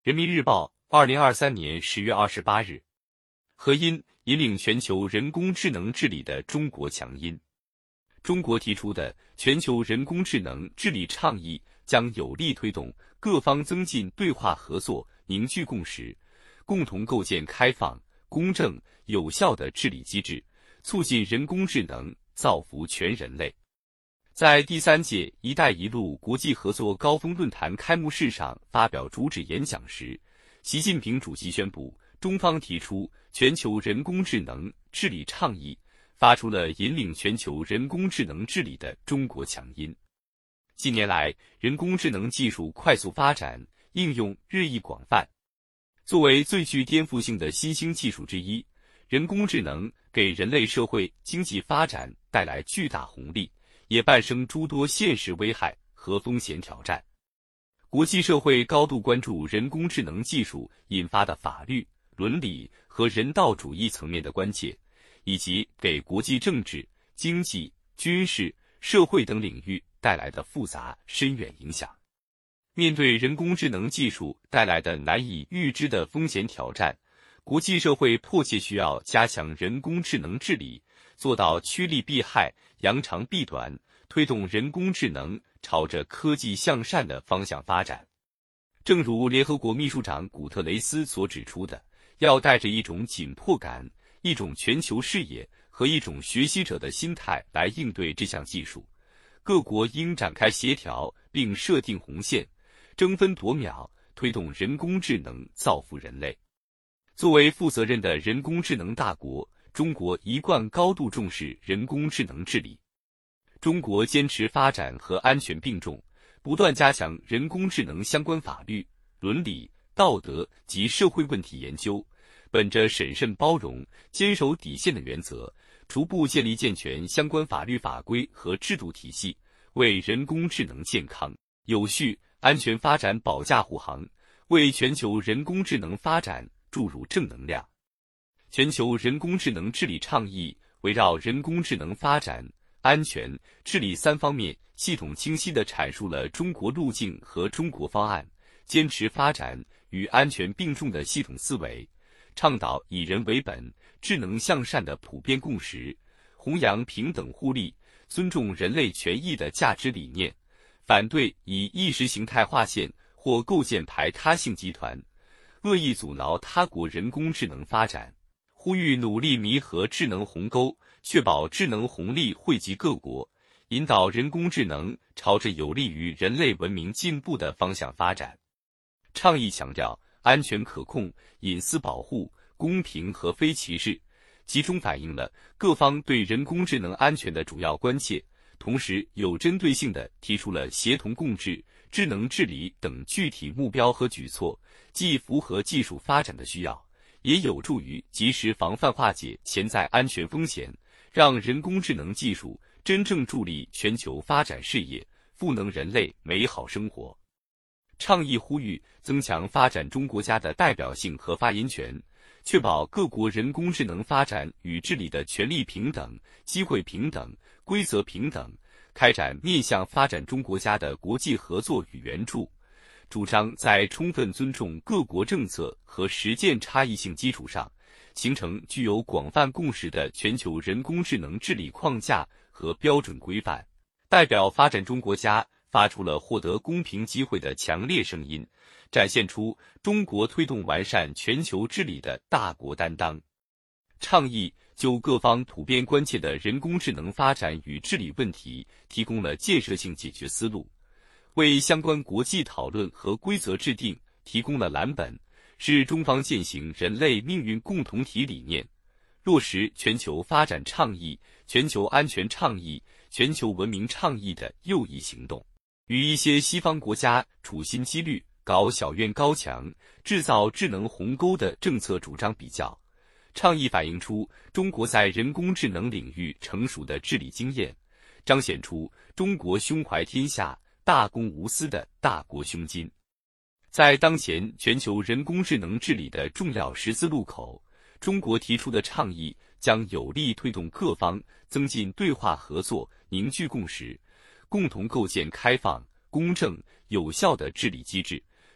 人民日报2023年10月28日，何因引领全球人工智能治理的中国强音。中国提出的全球人工智能治理倡议将有力推动各方增进对话合作，凝聚共识，共同构建开放、公正、有效的治理机制，促进人工智能造福全人类。在第3届“一带一路”国际合作高峰论坛开幕式上发表主旨演讲时，习近平主席宣布，中方提出全球人工智能治理倡议，发出了引领全球人工智能治理的中国强音。近年来，人工智能技术快速发展，应用日益广泛。作为最具颠覆性的新兴技术之一，人工智能给人类社会经济发展带来巨大红利，也伴生诸多现实危害和风险挑战。国际社会高度关注人工智能技术引发的法律、伦理和人道主义层面的关切，以及给国际政治、经济、军事、社会等领域带来的复杂深远影响。面对人工智能技术带来的难以预知的风险挑战，国际社会迫切需要加强人工智能治理，做到趋利避害、扬长避短，推动人工智能朝着科技向善的方向发展。正如联合国秘书长古特雷斯所指出的，要带着一种紧迫感、一种全球视野和一种学习者的心态来应对这项技术。各国应展开协调，并设定红线，争分夺秒，推动人工智能造福人类。作为负责任的人工智能大国，中国一贯高度重视人工智能治理。中国坚持发展和安全并重，不断加强人工智能相关法律、伦理、道德及社会问题研究，本着审慎包容、坚守底线的原则，逐步建立健全相关法律法规和制度体系，为人工智能健康、有序、安全发展保驾护航，为全球人工智能发展注入正能量。全球人工智能治理倡议围绕人工智能发展、安全、治理3方面，系统清晰地阐述了中国路径和中国方案，坚持发展与安全并重的系统思维，倡导以人为本、智能向善的普遍共识，弘扬平等互利、尊重人类权益的价值理念，反对以意识形态划线或构建排他性集团，恶意阻挠他国人工智能发展，呼吁努力弥合智能鸿沟，确保智能红利惠及各国，引导人工智能朝着有利于人类文明进步的方向发展。倡议强调安全可控、隐私保护、公平和非歧视，集中反映了各方对人工智能安全的主要关切，同时有针对性地提出了协同共治、智能治理等具体目标和举措，既符合技术发展的需要，也有助于及时防范化解潜在安全风险，让人工智能技术真正助力全球发展事业，赋能人类美好生活。倡议呼吁增强发展中国家的代表性和发言权，确保各国人工智能发展与治理的权利平等、机会平等、规则平等，开展面向发展中国家的国际合作与援助，主张在充分尊重各国政策和实践差异性基础上，形成具有广泛共识的全球人工智能治理框架和标准规范，代表发展中国家发出了获得公平机会的强烈声音，展现出中国推动完善全球治理的大国担当。倡议就各方普遍关切的人工智能发展与治理问题提供了建设性解决思路，为相关国际讨论和规则制定提供了蓝本，是中方践行人类命运共同体理念，落实全球发展倡议、全球安全倡议、全球文明倡议的又一行动。与一些西方国家处心积虑搞小院高墙、制造智能鸿沟的政策主张比较，倡议反映出中国在人工智能领域成熟的治理经验，彰显出中国胸怀天下、大公无私的大国胸襟。在当前全球人工智能治理的重要十字路口，中国提出的倡议将有力推动各方增进对话合作，凝聚共识，共同构建开放、公正、有效的治理机制，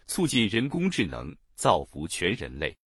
促进人工智能，造福全人类。